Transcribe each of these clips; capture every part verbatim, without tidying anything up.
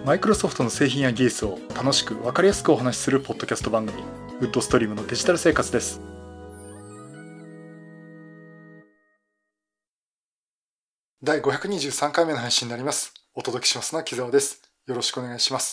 マイクロソフトの製品や技術を楽しく分かりやすくお話しするポッドキャスト番組、ウッドストリームのデジタル生活です。だいごひゃくにじゅうさんかいめの配信になります。お届けしますのは木澤です。よろしくお願いします。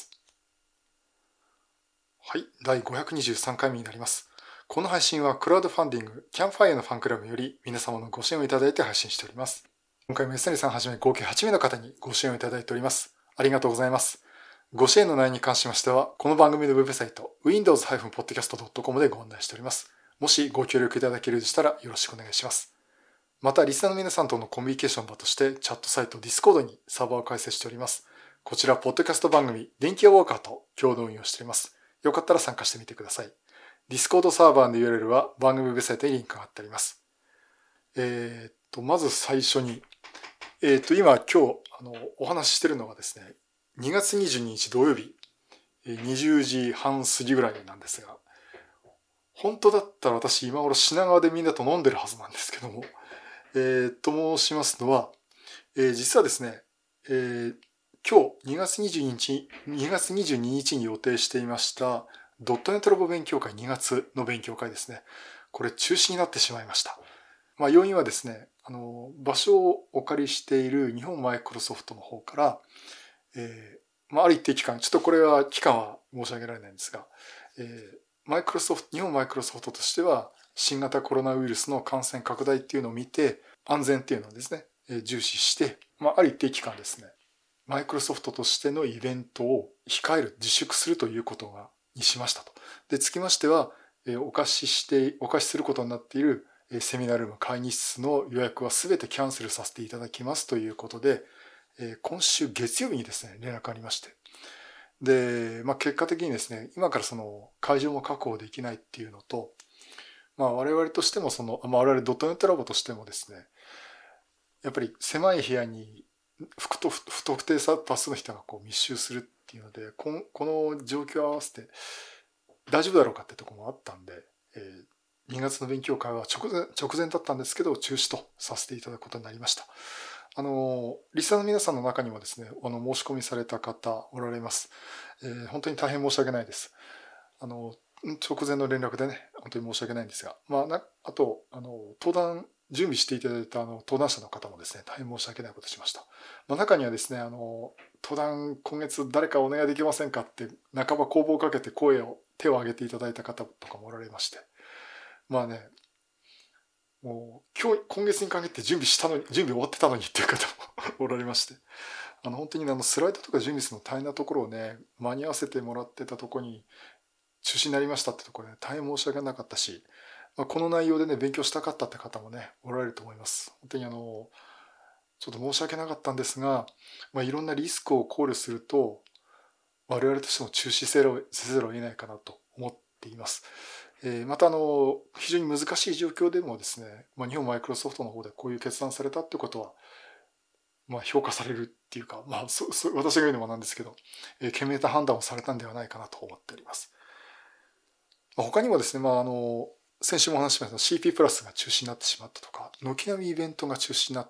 はい、だいごひゃくにじゅうさんかいめになります。この配信はクラウドファンディングキャンファイアのファンクラブより皆様のご支援をいただいて配信しております。今回も エスエヌ さんはじめ合計はちめいの方にご支援をいただいております。ありがとうございます。ご支援の内容に関しましては、この番組のウェブサイト ウィンドウズ ポッドキャスト ドットコム でご案内しております。もしご協力いただけるでしたらよろしくお願いします。また、リスナーの皆さんとのコミュニケーション場としてチャットサイト Discord にサーバーを開設しております。こちら、ポッドキャスト番組電気屋ウォーカーと共同運用しております。よかったら参加してみてください。Discord サーバーの ユーアールエル は番組ウェブサイトにリンクが貼ってあります。えー、っと、まず最初に、えー、っと、今、今日、あの、お話ししているのがですね、にがつにじゅうににち土曜日、にじゅうじはん過ぎぐらいなんですが、本当だったら私今頃品川でみんなと飲んでるはずなんですけども、えー、と申しますのは、えー、実はですね、えー、今日にがつにじゅうににち、にがつにじゅうににちに予定していましたドットネットラボ勉強会にがつの勉強会ですね。これ中止になってしまいました。まあ要因はですね、あの、場所をお借りしている日本マイクロソフトの方から、えーまあ、ある一定期間、ちょっとこれは期間は申し上げられないんですが、えー、マイクロソフト、日本マイクロソフトとしては、新型コロナウイルスの感染拡大っていうのを見て、安全っていうのをですね、えー、重視して、まあ、ある一定期間ですね、マイクロソフトとしてのイベントを控える、自粛するということが、にしましたと。で、つきましては、えー、お貸しして、お貸しすることになっている、えー、セミナールーム会議室の予約はすべてキャンセルさせていただきますということで、今週月曜日にですね、連絡ありまして。で、まあ結果的にですね、今からその会場も確保できないっていうのと、まあ我々としてもその、まあ我々ドットネットラボとしてもですね、やっぱり狭い部屋に不特定多数の人がこう密集するっていうので、このこの状況を合わせて大丈夫だろうかってところもあったんで、えー、にがつの勉強会は直前、直前だったんですけど、中止とさせていただくことになりました。あの、リスナーの皆さんの中にもですね、あの、申し込みされた方おられます。えー、本当に大変申し訳ないです。あの、直前の連絡でね、本当に申し訳ないんですが、まあ、なあと、あの、登壇、準備していただいたあの登壇者の方もですね、大変申し訳ないことしました。まあ、中にはですね、あの、登壇今月誰かお願いできませんかって、半ば公募をかけて声を、手を挙げていただいた方とかもおられまして、まあね、もう今日、今月に限って準備したのに、準備終わってたのにっていう方もおられまして、あの本当にあのスライドとか準備するの大変なところをね、間に合わせてもらってたところに中止になりましたってところで、ね、大変申し訳なかったし、まあ、この内容でね、勉強したかったって方もね、おられると思います。本当にあの、ちょっと申し訳なかったんですが、まあ、いろんなリスクを考慮すると、我々としても中止せざるを得ないかなと思っています。またあの非常に難しい状況でもですね、まあ、日本マイクロソフトの方でこういう決断されたってことは、まあ、評価されるっていうか、まあ、そそ私が言うのもなんですけど、えー、賢明な判断をされたんではないかなと思っております。まあ、他にもですね、まあ、あの先週もお話ししました シーピー プラスが中止になってしまったとか、軒並みイベントが中止になって、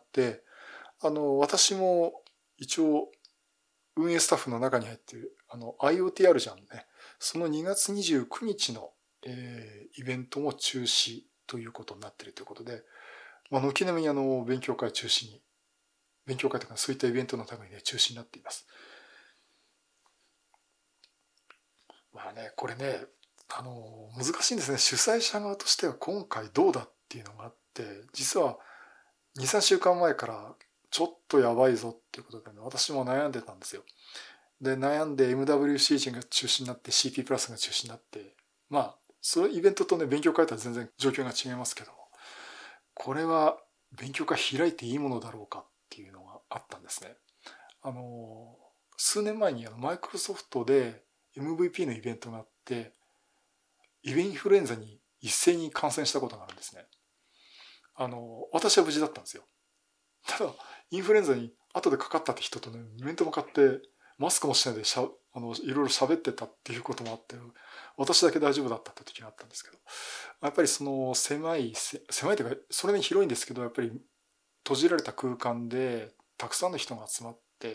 あの私も一応運営スタッフの中に入っているあの アイオーティー あるじゃんね、そのにがつにじゅうくにちのえー、イベントも中止ということになっているということで、まあ、軒並みあの勉強会中止に、勉強会とかそういったイベントのために、ね、中止になっています。まあね、これね、あの難しいんですね。主催者側としては今回どうだっていうのがあって、実はに、さんしゅうかんまえからちょっとやばいぞっていうことで、ね、私も悩んでたんですよ。で、悩んで エムダブリューシー が中止になって シーピー プラスが中止になって、まあ、そのイベントとね、勉強会とは全然状況が違いますけども、これは勉強会開いていいものだろうかっていうのがあったんですね。あの、数年前にあのマイクロソフトで エムブイピー のイベントがあって、イベインフルエンザに一斉に感染したことがあるんですね。あの、私は無事だったんですよ。ただ、インフルエンザに後でかかったって人とね、面と向かってマスクもしないでしゃあのいろいろ喋ってたっていうこともあって、私だけ大丈夫だったって時があったんですけど、やっぱりその狭い狭いというかそれに広いんですけど、やっぱり閉じられた空間でたくさんの人が集まって、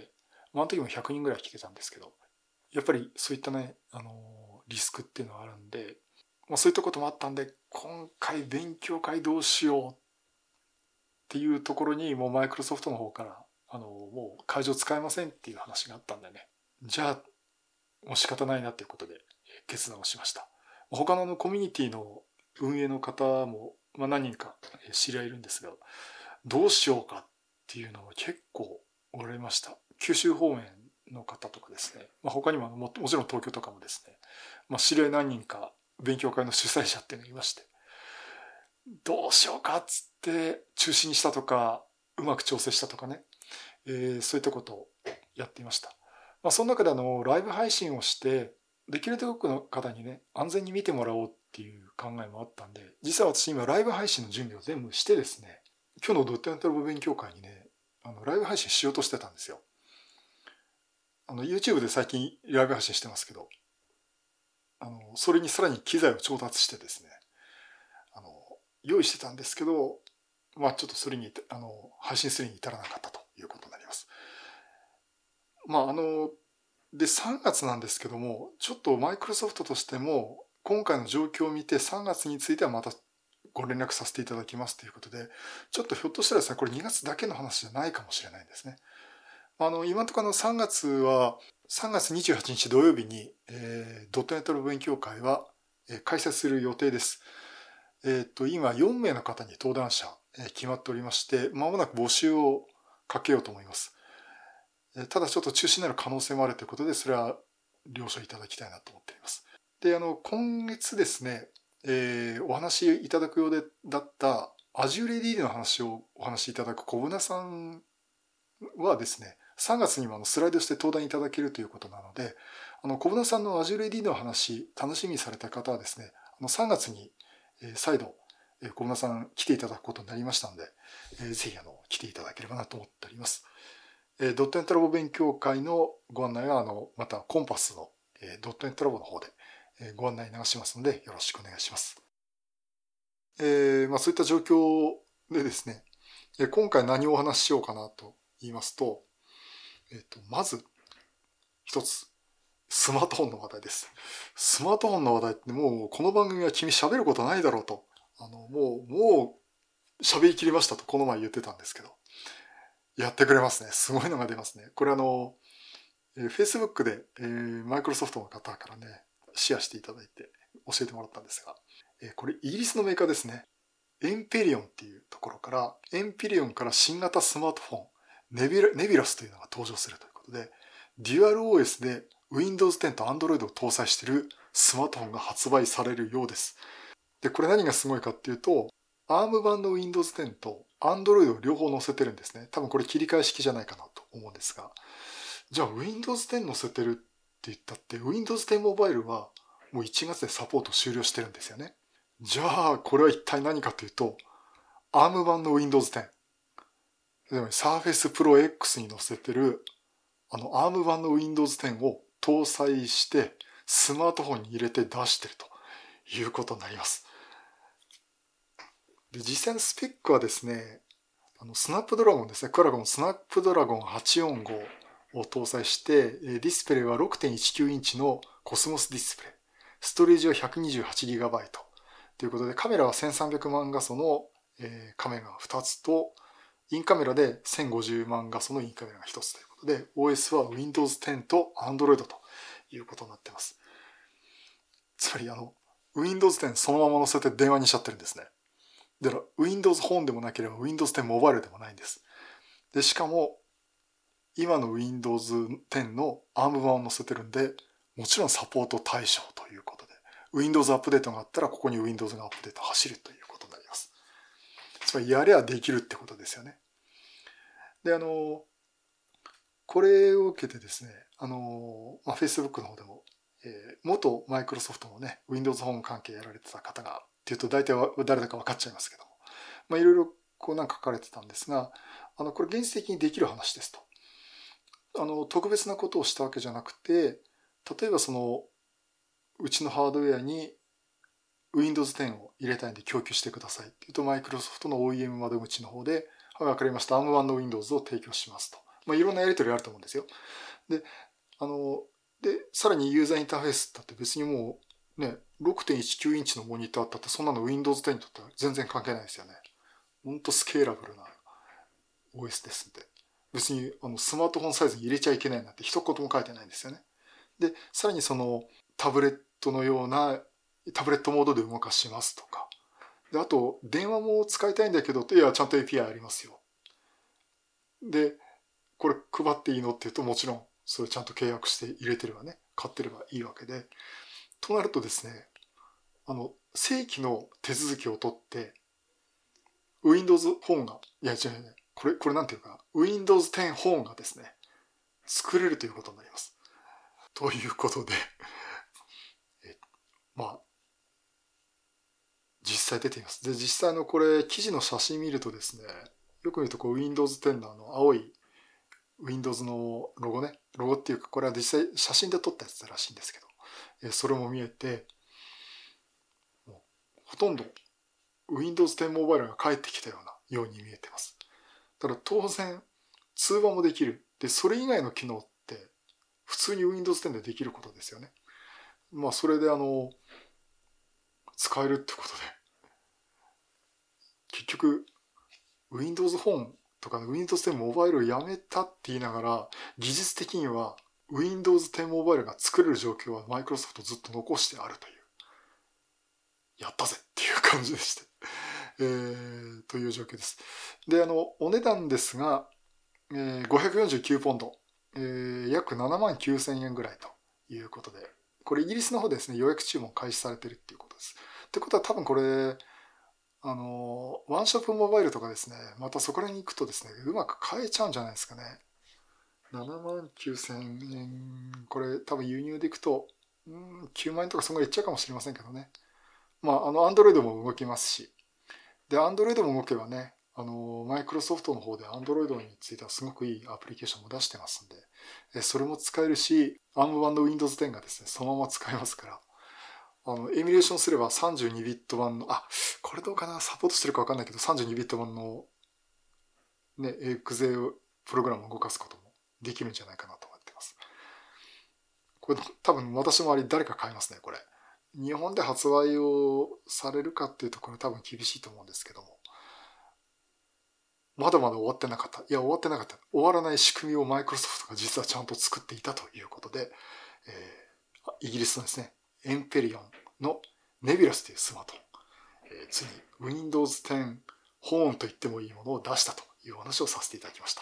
まあ、あの時もひゃくにんぐらい来てたんですけど、やっぱりそういったね、あのリスクっていうのはあるんで、まあ、そういったこともあったんで、今回勉強会どうしようっていうところに、もうマイクロソフトの方からあのもう会場使えませんっていう話があったんでね、じゃあもう仕方ないなっていうことで決断をしました。他のコミュニティの運営の方も、まあ、何人か知り合いいるんですが、どうしようかっていうのは結構おられました。九州方面の方とかですね、まあ、他にも も, もちろん東京とかもですね、まあ、知り合い何人か勉強会の主催者っていうのがいまして、どうしようかっつって中止にしたとか、うまく調整したとかね、えー、そういったことをやっていました。まあ、その中であのライブ配信をして、できるだけ多くの方にね、安全に見てもらおうっていう考えもあったんで、実は私今ライブ配信の準備を全部してですね、今日のドットネットラボ勉強会にね、あのライブ配信しようとしてたんですよ。あの YouTube で最近ライブ配信してますけど、あのそれにさらに機材を調達してですね、あの用意してたんですけど、まあちょっとそれにあの配信するに至らなかったということになります。まああのでさんがつなんですけども、ちょっとマイクロソフトとしても今回の状況を見てさんがつについてはまたご連絡させていただきますということで、ちょっとひょっとしたらですね、これにがつだけの話じゃないかもしれないんですね。あの今のところのさんがつはさんがつにじゅうはちにち土曜日に、えー、ドットネットの勉強会は、えー、開催する予定です。えっと今よんめいの方に登壇者、えー、決まっておりまして、まもなく募集をかけようと思います。ただちょっと中止になる可能性もあるということで、それは了承いただきたいなと思っております。で、あの、今月ですね、えー、お話しいただくようでだった Azure エーディー の話をお話しいただく小舟さんはですね、さんがつにもあのスライドして登壇いただけるということなので、あの小舟さんの Azure エーディー の話、楽しみにされた方はですね、あのさんがつに再度小舟さん来ていただくことになりましたので、ぜひあの来ていただければなと思っております。ドットネットラボ勉強会のご案内は、あの、またコンパスのドットネットラボの方でご案内流しますので、よろしくお願いします。えー、まあそういった状況でですね、今回何をお話ししようかなと言いますと、えっと、まず一つ、スマートフォンの話題です。スマートフォンの話題ってもうこの番組は君喋ることないだろうと、あの、もう、もう喋りきりましたとこの前言ってたんですけど、やってくれますね。すごいのが出ますね。これあの、えー、Facebook で、えー、マイクロソフトの方からね、シェアしていただいて教えてもらったんですが、えー、これイギリスのメーカーですね。エンペリオンっていうところから、エンペリオンから新型スマートフォン、ネビラ、ネビュラスというのが登場するということで、デュアル オーエス で Windows テンと Android を搭載しているスマートフォンが発売されるようです。で、これ何がすごいかっていうと、アーム 版の Windows テンと Android を両方載せてるんですね。多分これ切り替え式じゃないかなと思うんですが、じゃあ Windows テン載せてるって言ったって Windows テンモバイルはもういちがつでサポート終了してるんですよね。じゃあこれは一体何かというと アーム 版の Windows テン、でも Surface Pro X に載せてるあの アーム 版の Windows テンを搭載してスマートフォンに入れて出してるということになります。で、実際のスペックはですね、あのスナップドラゴンですね、クラゴンスナップドラゴンはちよんごを搭載して、ディスプレイは ろくてんいちきゅう インチのコスモスディスプレイ、ストレージは ひゃくにじゅうはちギガバイト ということで、カメラはせんさんびゃくまん画素のカメラがふたつと、インカメラでせんごじゅうまん画素のインカメラがひとつということで、オーエス は Windows テンと Android ということになっています。つまりあの、Windows テンそのまま載せて電話にしちゃってるんですね。だから Windows フォンでもなければ Windows テンモバイルでもないんです。で、しかも、今の Windows テンの アーム 版を載せてるんで、もちろんサポート対象ということで、Windows アップデートがあったら、ここに Windows がアップデート走るということになります。つまり、やればできるってことですよね。で、あの、これを受けてですね、あの、まあ、Facebook の方でも、えー、元マイクロソフトのね、Windows ホーム関係やられてた方が、っていうと大体誰だか分かっちゃいますけども、まあ、いろいろこうなんか書かれてたんですが、あの、これ現実的にできる話ですと。あの、特別なことをしたわけじゃなくて、例えばその、うちのハードウェアに Windows テンを入れたいんで供給してくださいっていうと、マイクロソフトの オーイーエム 窓口の方で、はい、わかりました。アーム 版の Windows を提供しますと。 まあ、いろんなやり取りあると思うんですよ。で、あの、で、さらにユーザーインターフェースだって別にもうね、ろくてんいちきゅうインチのモニターだってそんなの ウィンドウズテン にとっては全然関係ないですよね。ほんとスケーラブルな オーエス ですんで。別にあのスマートフォンサイズに入れちゃいけないなんて一言も書いてないんですよね。で、さらにそのタブレットのようなタブレットモードで動かしますとか。で、あと、電話も使いたいんだけど、いや、ちゃんと エーピーアイ ありますよ。で、これ配っていいのって言うと、もちろん、それちゃんと契約して入れてればね、買ってればいいわけで。となるとですね、あの、正規の手続きを取って、Windows 本が、いや、違うね、これ、これなんていうか、Windows テン本がですね、作れるということになります。ということで、えまあ、実際出ています。で、実際のこれ、記事の写真見るとですね、よく見るとこう Windows テンのあの青い Windows のロゴね、ロゴっていうか、これは実際写真で撮ったやつらしいんですけど、それも見えて、もうほとんど Windows テンモバイルが帰ってきたようなように見えてます。ただ当然、通話もできる。で、それ以外の機能って普通に Windows テンでできることですよね。まあ、それであの、使えるってことで、結局、Windows フォンとか Windows テンモバイルをやめたって言いながら、技術的には Windows テンモバイルが作れる状況はマイクロソフトずっと残してあるという。やったぜっていう感じでして。えー、という状況です。で、あの、お値段ですが、えー、ごひゃくよんじゅうきゅうポンド、えー、約ななまんきゅうせんえんぐらいということで、これイギリスの方でですね、予約注文開始されてるっていうことです。ってことは多分これ、あの、ワンショップモバイルとかですね、またそこら辺に行くとですね、うまく買えちゃうんじゃないですかね。ななまんきゅうせんえん、これ多分輸入でいくと、うん、きゅうまんえんとかそんぐらいいっちゃうかもしれませんけどね。まあ、あの、Android も動きますし。で、Android も動けばね、あの、マイクロソフトの方で Android についてはすごくいいアプリケーションも出してますんで、それも使えるし、アーム 版の Windows テンがですね、そのまま使えますから、あの、エミュレーションすればさんじゅうにビット版の、あ、これどうかな、サポートしてるかわかんないけど、さんじゅうにビット版の、ね、エグゼプログラムを動かすこともできるんじゃないかなと思ってます。これ多分私もあれ誰か買いますね、これ。日本で発売をされるかっていうところ多分厳しいと思うんですけども。まだまだ終わってなかった。いや、終わってなかった。終わらない仕組みをマイクロソフトが実はちゃんと作っていたということで、えー、イギリスのですね、エンペリオンのネビュラスというスマートフォン、えー、ついに Windows テンホーンと言ってもいいものを出したという話をさせていただきました。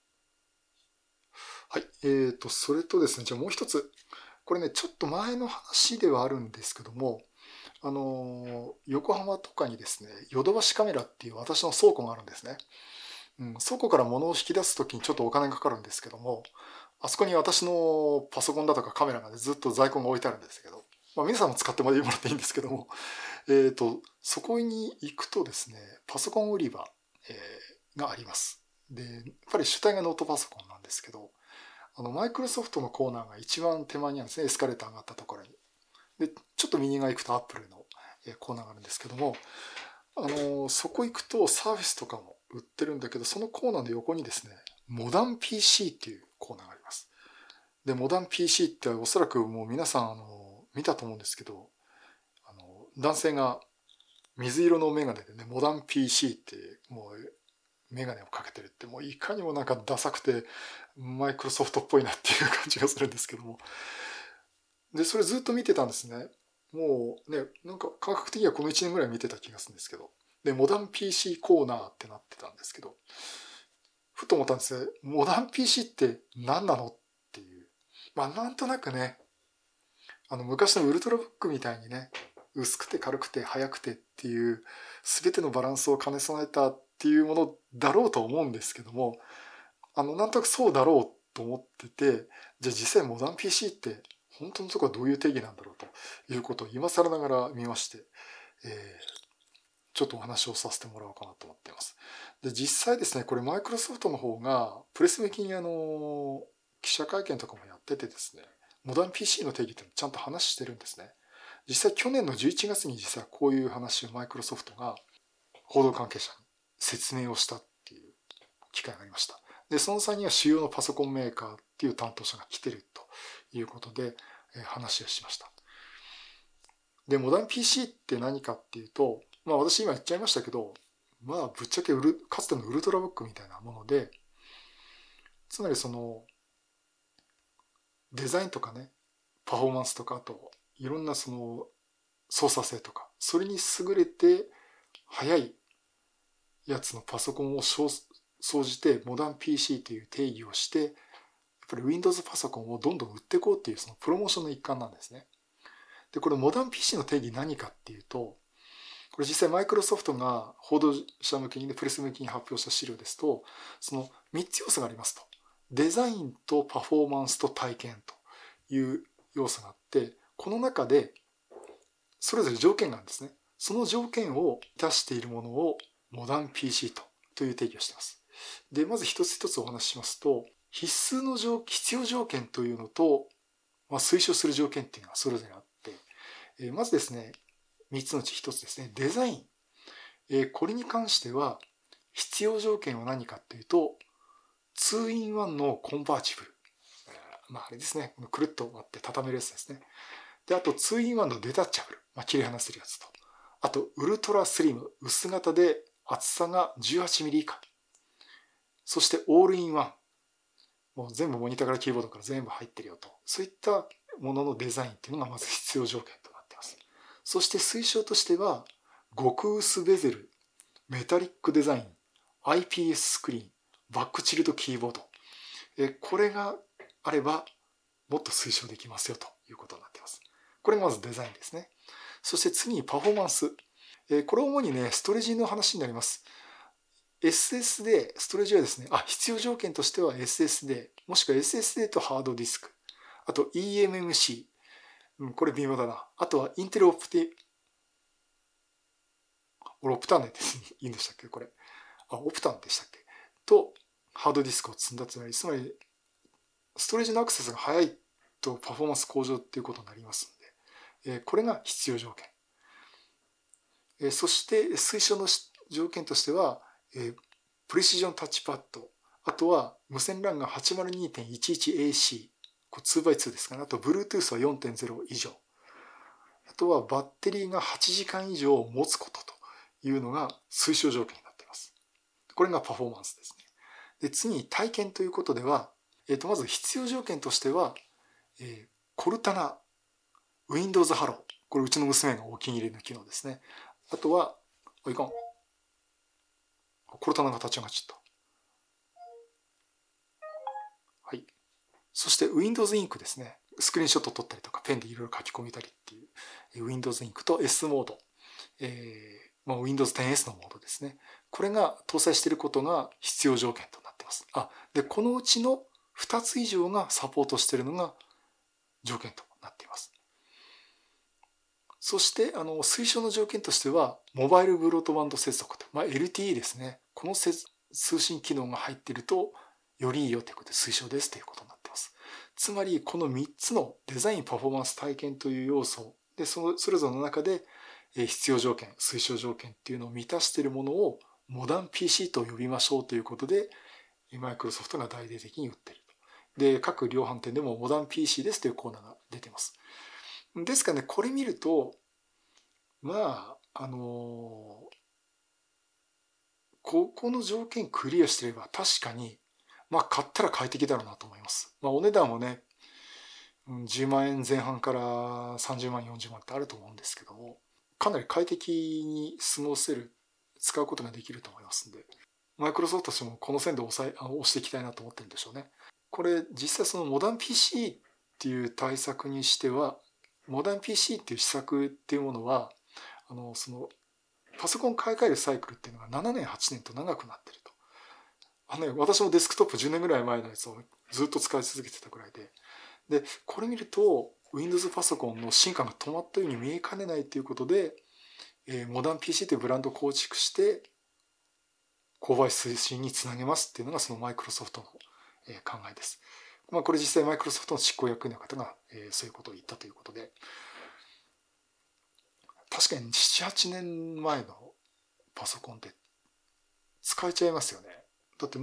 はい。えーと、それとですね、じゃあもう一つ。これね、ちょっと前の話ではあるんですけども、あの、横浜とかにですね、ヨドバシカメラっていう私の倉庫があるんですね。うん、倉庫から物を引き出すときにちょっとお金がかかるんですけども、あそこに私のパソコンだとかカメラが、ね、ずっと在庫が置いてあるんですけど、まあ、皆さんも使ってもらっていいんですけども、えーと、そこに行くとですね、パソコン売り場、えー、があります。で、やっぱり主体がノートパソコンなんですけど、あの、マイクロソフトのコーナーが一番手前にあるんですね、エスカレーター上がったところに。で、ちょっと右側行くとアップルのコーナーがあるんですけども、あの、そこ行くとサーフィスとかも売ってるんだけど、そのコーナーの横にですね、モダン ピーシー っていうコーナーがあります。で、モダン ピーシー っておそらくもう皆さん、あの、見たと思うんですけど、あの、男性が水色のメガネでね、モダン ピーシー ってもうメガネをかけてるって、もういかにもなんかダサくてマイクロソフトっぽいなっていう感じがするんですけども。で、それずっと見てたんですね。もうね、なんか感覚的にはこのいちねんぐらい見てた気がするんですけど。で、モダン ピーシー コーナーってなってたんですけど、ふと思ったんですね。モダン ピーシー って何なのっていう。まあなんとなくね、あの昔のウルトラブックみたいにね、薄くて軽くて速くてっていう全てのバランスを兼ね備えたっていうものだろうと思うんですけども、あのなんとなくそうだろうと思ってて、じゃあ実際モダン ピーシー って本当のところはどういう定義なんだろうということを今更ながら見まして、えー、ちょっとお話をさせてもらおうかなと思っています。で、実際ですね、これマイクロソフトの方がプレス向きにあの記者会見とかもやっててですね、モダン ピーシー の定義ってちゃんと話してるんですね。実際去年のじゅういちがつに実はこういう話をマイクロソフトが報道関係者に説明をしたっていう機会がありました。 で、その際には主要のパソコンメーカーっていう担当者が来てるということで、えー、話をしました。で、モダン ピーシー って何かっていうと、まあ私今言っちゃいましたけど、まあぶっちゃけウルかつてのウルトラブックみたいなもので、つまりそのデザインとかね、パフォーマンスとか、あといろんなその操作性とか、それに優れて速いやつのパソコンを総じてモダン ピーシー という定義をして、やっぱり Windows パソコンをどんどん売っていこうっていうそのプロモーションの一環なんですね。で、これモダン ピーシー の定義何かっていうと、これ実際マイクロソフトが報道者向けに、プレス向けに発表した資料ですと、そのみっつ要素がありますと。デザインとパフォーマンスと体験という要素があって、この中でそれぞれ条件があるんですね。その条件を満たしているものをモダン ピーシー とという定義をしています。で、まず一つ一つお話ししますと、必須の条必要条件というのと、まあ、推奨する条件っていうのがそれぞれあって、えー、まずですね、みっつのうちひとつですね、デザイン。えー、これに関しては、必要条件は何かっていうと、ツーインワン のコンバーチブル。まああれですね、くるっと割って畳めるやつですね。で、あと ツーインワン のデタッチャブル。まあ、切り離せるやつと。あと、ウルトラスリム。薄型で厚さが じゅうはちミリ 以下。そして、オールインワン。もう全部モニターからキーボードから全部入ってるよと。そういったもののデザインっていうのがまず必要条件となっています。そして推奨としては、極薄ベゼル、メタリックデザイン、アイピーエス スクリーン、バックチルドキーボード。えこれがあれば、もっと推奨できますよということになっています。これがまずデザインですね。そして次にパフォーマンス。えこれ主にね、ストレージの話になります。エスエスディー、ストレージはですね、あ、必要条件としては エスエスディー、もしくは エスエスディー とハードディスク。あと イーエムエムシー。うん、これ微妙だな。あとはインテルオプティ、オプターネですね。いいんでしたっけこれ。あ、オプタンでしたっけと、ハードディスクを積んだつまり、つまり、ストレージのアクセスが速いとパフォーマンス向上っていうことになりますので、これが必要条件。そして推奨の条件としては、プレシジョンタッチパッド、あとは無線 ラン が はちまるにてんいちいちエーシー、ツーバイツー ですかね。あと Bluetooth は よんてんゼロ 以上。あとはバッテリーがはちじかん以上持つことというのが推奨条件になっています。これがパフォーマンスですね。で、次に体験ということでは、えー、とまず必要条件としては、えー、コルタナ、Windows Hello。これうちの娘がお気に入りの機能ですね。あとは、おいかん。コルタナが立ち上がっちゃった。はい。そして Windows Ink ですね。スクリーンショット撮ったりとか、ペンでいろいろ書き込めたりっていう Windows Ink と S モード。えーまあ、Windows テンエス のモードですね。これが搭載していることが必要条件となっています。あ、で、このうちのふたつ以上がサポートしているのが条件となっています。そして、あの、推奨の条件としては、モバイルブロードバンド接続と、まあ、エルティーイー ですね。この通信機能が入っていると、よりいいよということで推奨ですということになっています。つまり、このみっつのデザイン、パフォーマンス、体験という要素で、そのそれぞれの中で、必要条件、推奨条件っていうのを満たしているものをモダン ピーシー と呼びましょうということで、マイクロソフトが大々的に売っていると。で、各量販店でもモダン ピーシー ですというコーナーが出ています。ですからね、これ見ると、まあ、あのー、ここの条件クリアしていれば確かに、まあ買ったら快適だろうなと思います。まあお値段もね、じゅうまんえんぜん半からさんじゅうまん、よんじゅうまんってあると思うんですけども、かなり快適に過ごせる、使うことができると思いますんで、マイクロソフトとしてもこの線で押さえ、押していきたいなと思ってるんでしょうね。これ実際そのモダン ピーシー っていう対策にしては、モダン ピーシー っていう施策っていうものは、あの、その、パソコン買い替えるサイクルっていうのがななねん、はちねんと長くなってると。あのね、私もデスクトップじゅうねんぐらい前のやつをずっと使い続けてたくらいで、で、これ見ると、Windows パソコンの進化が止まったように見えかねないということで、えー、モダン ピーシー というブランドを構築して、購買推進につなげますっていうのがそのマイクロソフトの、えー、考えです。まあ、これ実際マイクロソフトの執行役員の方が、えー、そういうことを言ったということで、確かになな、はちねんまえのパソコンって使えちゃいますよね。だって Mac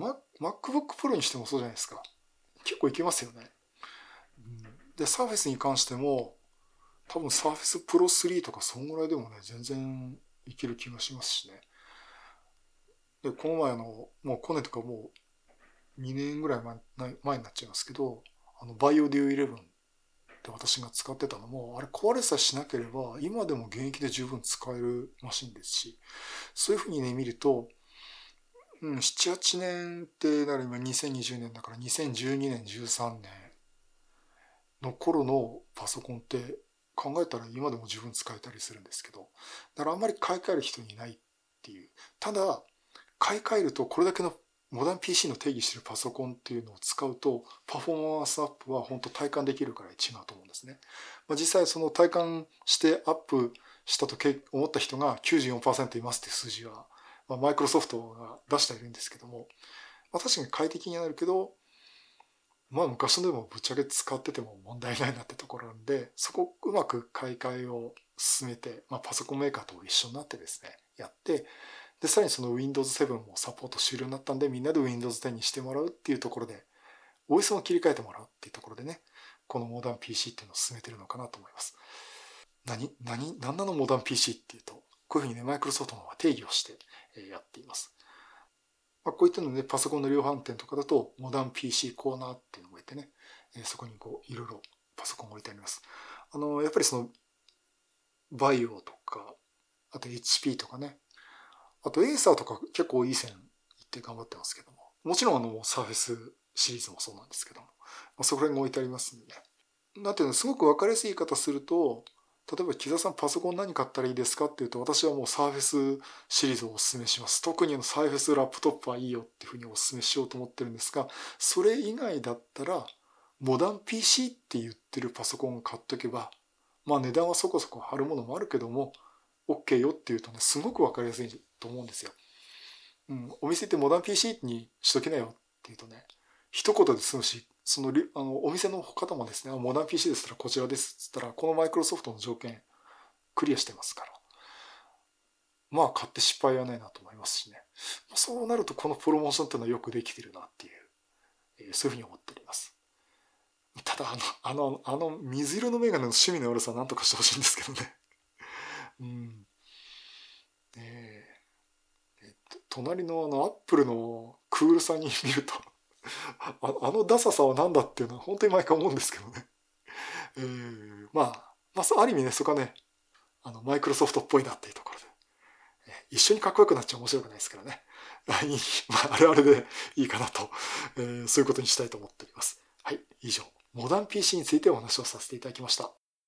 MacBook Pro にしてもそうじゃないですか。結構いけますよね。で、Surface に関しても、多分 Surface Pro スリーとかそんぐらいでもね、全然いける気がしますしね。で、この前の、もう去年とかもうにねんぐらい前前になっちゃいますけど、あの、バイオデューイレブンって私が使ってたのも、あれ壊れさえしなければ、今でも現役で十分使えるマシンですし、そういうふうにね、見ると、うん、なな、はちねんって、だから今にせんにじゅうねんだからにせんじゅうにねん、じゅうさんねんの頃のパソコンって考えたら今でも十分使えたりするんですけど、だからあんまり買い替える人にいないっていう。ただ、買い替えるとこれだけのモダン ピーシー の定義しているパソコンっていうのを使うと、パフォーマンスアップは本当体感できるから違うと思うんですね。まあ、実際その体感してアップしたと思った人が きゅうじゅうよんパーセント いますっていう数字は、まあ、マイクロソフトが出しているんですけども、まあ、確かに快適になるけど、まあ昔のでもぶっちゃけ使ってても問題ないなってところなんで、そこをうまく買い替えを進めて、まあ、パソコンメーカーと一緒になってですね、やって、で、さらにその ウィンドウズセブン もサポート終了になったんで、みんなで ウィンドウズテン にしてもらうっていうところで、オーエス も切り替えてもらうっていうところでね、このモダン ピーシー っていうのを進めてるのかなと思います。何、何、何なのモダン ピーシー っていうと、こういうふうにね、マイクロソフトの方が定義をしてやっています。まあ、こういったのね、パソコンの量販店とかだと、モダン ピーシー コーナーっていうのを置いてね、そこにこう、いろいろパソコンを置いてあります。あの、やっぱりその、バイオとか、あと エイチピー とかね、あとエーサーとか結構いい線いって頑張ってますけども、もちろんあの、サーフェスシリーズもそうなんですけども、まあ、そこら辺が置いてありますんでね。なんていうの、すごくわかりやすい言い方すると、例えば木澤さんパソコン何買ったらいいですかっていうと、私はもうサーフェスシリーズをお勧めします。特にサーフェスラップトップはいいよっていうふうにお勧めしようと思ってるんですが、それ以外だったら、モダン ピーシー って言ってるパソコンを買っとけば、まあ値段はそこそこ張るものもあるけども、OK よっていうとね、すごくわかりやすいと思うんですよ。うん、お店行ってモダン ピーシー にしときなよっていうとね、一言で済むし、そのあのお店の方もですね、モダン ピーシー ですったらこちらですっつったら、このマイクロソフトの条件クリアしてますから、まあ買って失敗はないなと思いますしね。そうなるとこのプロモーションっていうのはよくできてるなっていう、えー、そういうふうに思っております。ただあの、あの、あの水色のメガネの趣味の悪さは何とかしてほしいんですけどね。うん。えー、えっと、隣のあのアップルのクールさに見るとあ、あのダサさは何だっていうのは本当に毎回思うんですけどね。えー、まあ、まあ、ある意味ね、そこはね、あの、マイクロソフトっぽいなっていうところで、一緒にかっこよくなっちゃ面白くないですからね。まあ、あれあれでいいかなと、えー、そういうことにしたいと思っております。はい、以上、モダン ピーシー についてお話をさせていただきました。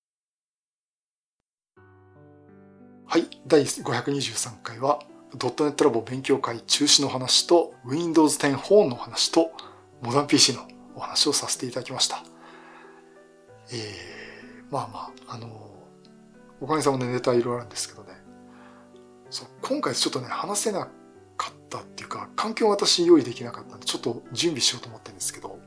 はい、だいごひゃくにじゅうさんかいは、ドットネットラボ勉強会中止の話と、ウィンドウズテン フォンの話と、モダン ピーシー のお話をさせていただきました。えー、まあまあ、あのー、おかげさまでネタいろいろあるんですけどね、そう今回ちょっとね、話せなかったっていうか、環境が私用意できなかったんで、ちょっと準備しようと思ってるんですけど、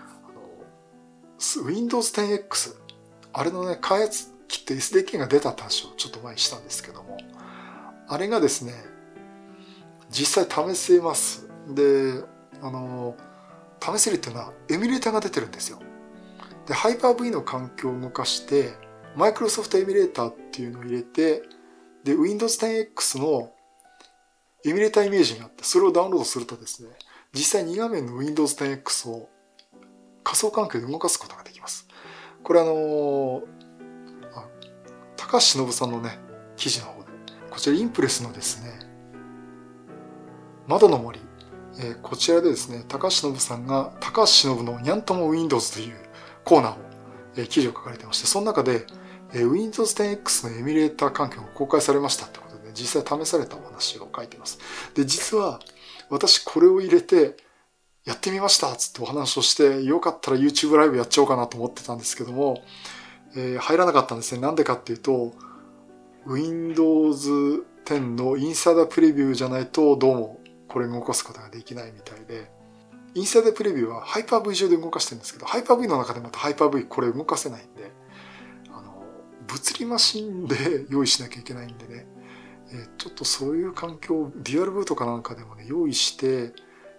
あの ウィンドウズテンエックス、あれのね、開発キット エスディーケー が出たって話をちょっと前にしたんですけども、あれがですね、実際試せます。で、あの、試せるっていうのはエミュレーターが出てるんですよ。で、ハイパー ブイ の環境を動かして、マイクロソフトエミュレーターっていうのを入れて、で、ウィンドウズテンエックス のエミュレーターイメージがあって、それをダウンロードするとですね、実際に画面の ウィンドウズテンエックス を仮想環境で動かすことができます。これあの、高橋忍さんのね、記事の方で、こちらインプレスのですね、窓の森、えー、こちらでですね、高橋忍さんが高橋忍のにゃんとも Windows というコーナーを、えー、記事を書かれてまして、その中で、えー、ウィンドウズテンエックス のエミュレーター環境が公開されましたってことで、実際試されたお話を書いています。で、実は私これを入れてやってみましたっつってお話をして、よかったら YouTube ライブやっちゃおうかなと思ってたんですけども、えー、入らなかったんですね。なんでかっていうと、ウィンドウズテンのインサイダープレビューじゃないとどうもこれ動かすことができないみたいで、インサイダープレビューはハイパー ブイ 上で動かしてるんですけど、ハイパー ブイ の中でまたハイパー ブイ これ動かせないんで、あの物理マシンで用意しなきゃいけないんでね、えー、ちょっとそういう環境をデュアルブートかなんかでもね用意して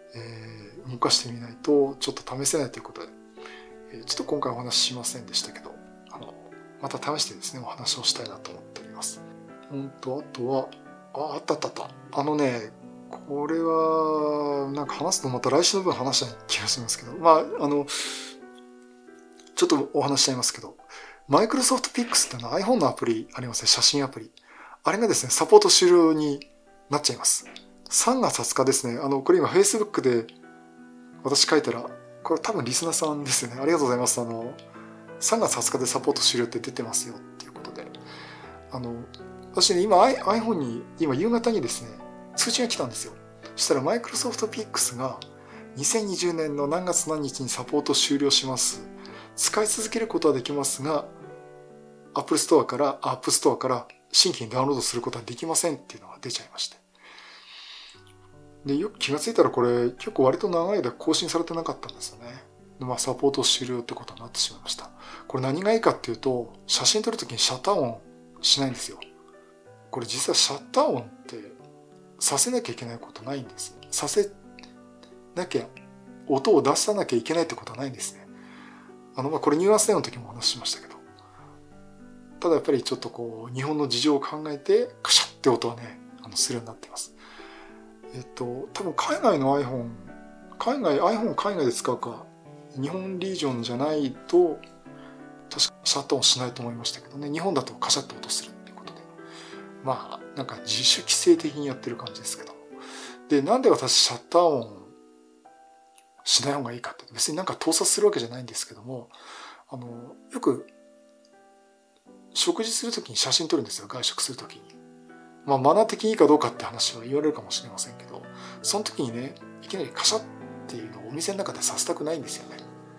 えー、動かしてみないとちょっと試せないということで、えー、ちょっと今回お話ししませんでしたけど、あのまた試してですね、お話をしたいなと思っております。うんと、あとは、あ、あったあったあった。あのね、これは、なんか話すとまた来週の分話したい気がしますけど、まあ、あの、ちょっとお話しちゃいますけど、マイクロソフトピックスってのは iPhone のアプリありますね、写真アプリ。あれがですね、サポート終了になっちゃいます。さんがつはつかですね、あの、これ今 Facebook で私書いたら、これ多分リスナーさんですよね。ありがとうございます。あの、さんがつはつかでサポート終了って出てますよっていうことで。あの、私ね、今 iPhone に、今夕方にですね、通知が来たんですよ。そしたらマイクロソフトピックスがにせんにじゅうねんの何月何日にサポート終了します。使い続けることはできますが、Apple Store から、App Store から新規にダウンロードすることはできませんっていうのが出ちゃいまして。で、よく気がついたらこれ結構割と長い間更新されてなかったんですよね。まあ、サポート終了ってことになってしまいました。これ何がいいかっていうと、写真撮るときにシャッター音しないんですよ。これ実はシャッター音ってさせなきゃいけないことないんです。させなきゃ、音を出さなきゃいけないってことはないんですね。あの、まあ、これニュアンスでの時もお話ししましたけど。ただやっぱりちょっとこう、日本の事情を考えて、カシャって音はね、あの、するようになっています。えっと、多分海外の iPhone、海外、iPhone を海外で使うか、日本リージョンじゃないと、確かシャッター音しないと思いましたけどね、日本だとカシャって音するっていうことで。まあ、なんか自主規制的にやってる感じですけど。で、なんで私シャッター音しない方がいいかって、別になんか盗撮するわけじゃないんですけども、あの、よく、食事するときに写真撮るんですよ、外食するときに。まあ、マナー的にいいかどうかって話は言われるかもしれませんけど、その時にね、いきなりカシャっていうのをお店の中でさせたくないんですよね。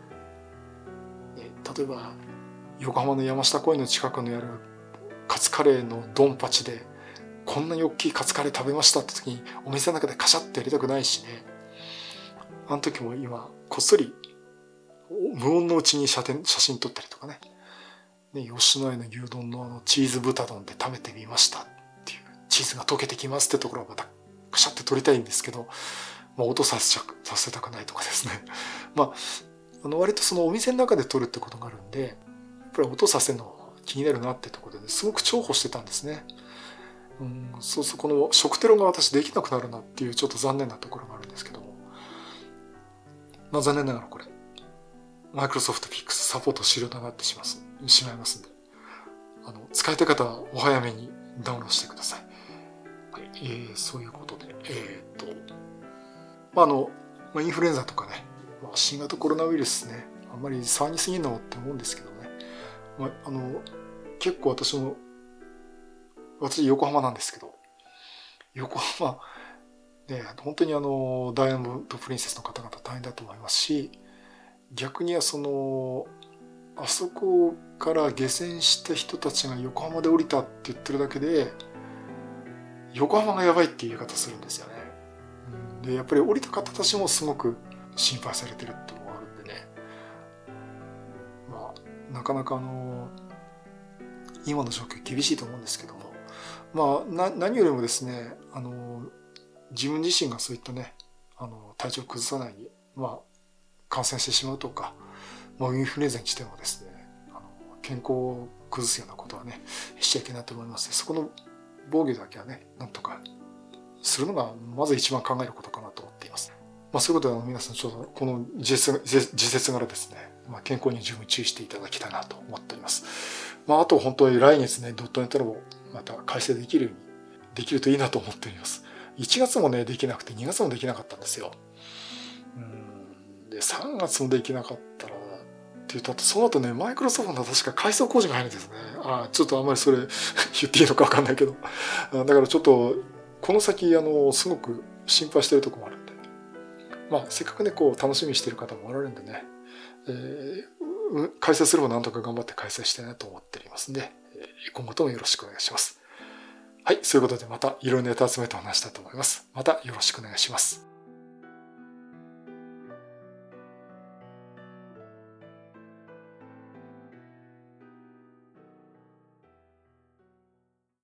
例えば、横浜の山下公園の近くにあるカツカレーのドンパチで、こんなに大きいカツカレー食べましたって時に、お店の中でカシャってやりたくないしね。あの時も今、こっそり、無音のうちに写真撮ったりとかね。ね、吉野家の牛丼のあのチーズ豚丼で食べてみましたっていう、チーズが溶けてきますってところをまたカシャって撮りたいんですけど、まあ、音させちゃさせたくないとかですね。まあ、あの割とそのお店の中で撮るってことがあるんで、やっぱり音させるの気になるなってところで、ね、すごく重宝してたんですね。うん、そうそう、この食テロが私できなくなるなっていうちょっと残念なところがあるんですけども。まあ残念ながらこれ、マイクロソフトピックスサポート終了となってしまいますんで、あの、使いたい方はお早めにダウンロードしてください。はい、えー、そういうことで、えー、っと、まああの、まあ、インフルエンザとかね、まあ、新型コロナウイルスね、あんまり騒ぎすぎんのって思うんですけどね、まあ、あの、結構私も、私横浜なんですけど、横浜、ね、本当にあの、ダイヤモンドプリンセスの方々大変だと思いますし、逆にはその、あそこから下船した人たちが横浜で降りたって言ってるだけで、横浜がやばいっていう言い方するんですよね。で、やっぱり降りた方たちもすごく心配されてるっていうのがあるんでね。まあ、なかなかあの、今の状況厳しいと思うんですけども、まあ、な、何よりもですね、あの、自分自身がそういったね、あの、体調を崩さないに、まあ、感染してしまうとか、まあ、インフルエンザにしてもですね、あの健康を崩すようなことはね、しちゃいけないと思います。そこの防御だけはね、なんとかするのが、まず一番考えることかなと思っています。まあ、そういうことで、皆さん、ちょっとこの時節時節柄ですね、まあ、健康に十分注意していただきたいなと思っております。まあ、あと本当に来月ね、ドットネットラボまた開催できるようにできるといいなと思っております。いちがつもね、できなくてにがつもできなかったんですよ。うんで、さんがつもできなかったら、って言ったと、その後ね、マイクロソフトの確か改装工事が入るんですね。ああ、ちょっとあんまりそれ言っていいのかわかんないけど。だからちょっと、この先、あの、すごく心配してるところもあるんで。まあ、せっかくね、こう、楽しみにしてる方もおられるんでね、えー、開催すればなんとか頑張って開催したいなと思っておりますんで、今後ともよろしくお願いします。はい、そういうことでまたいろいろネタ集めてお話したいと思います。またよろしくお願いします。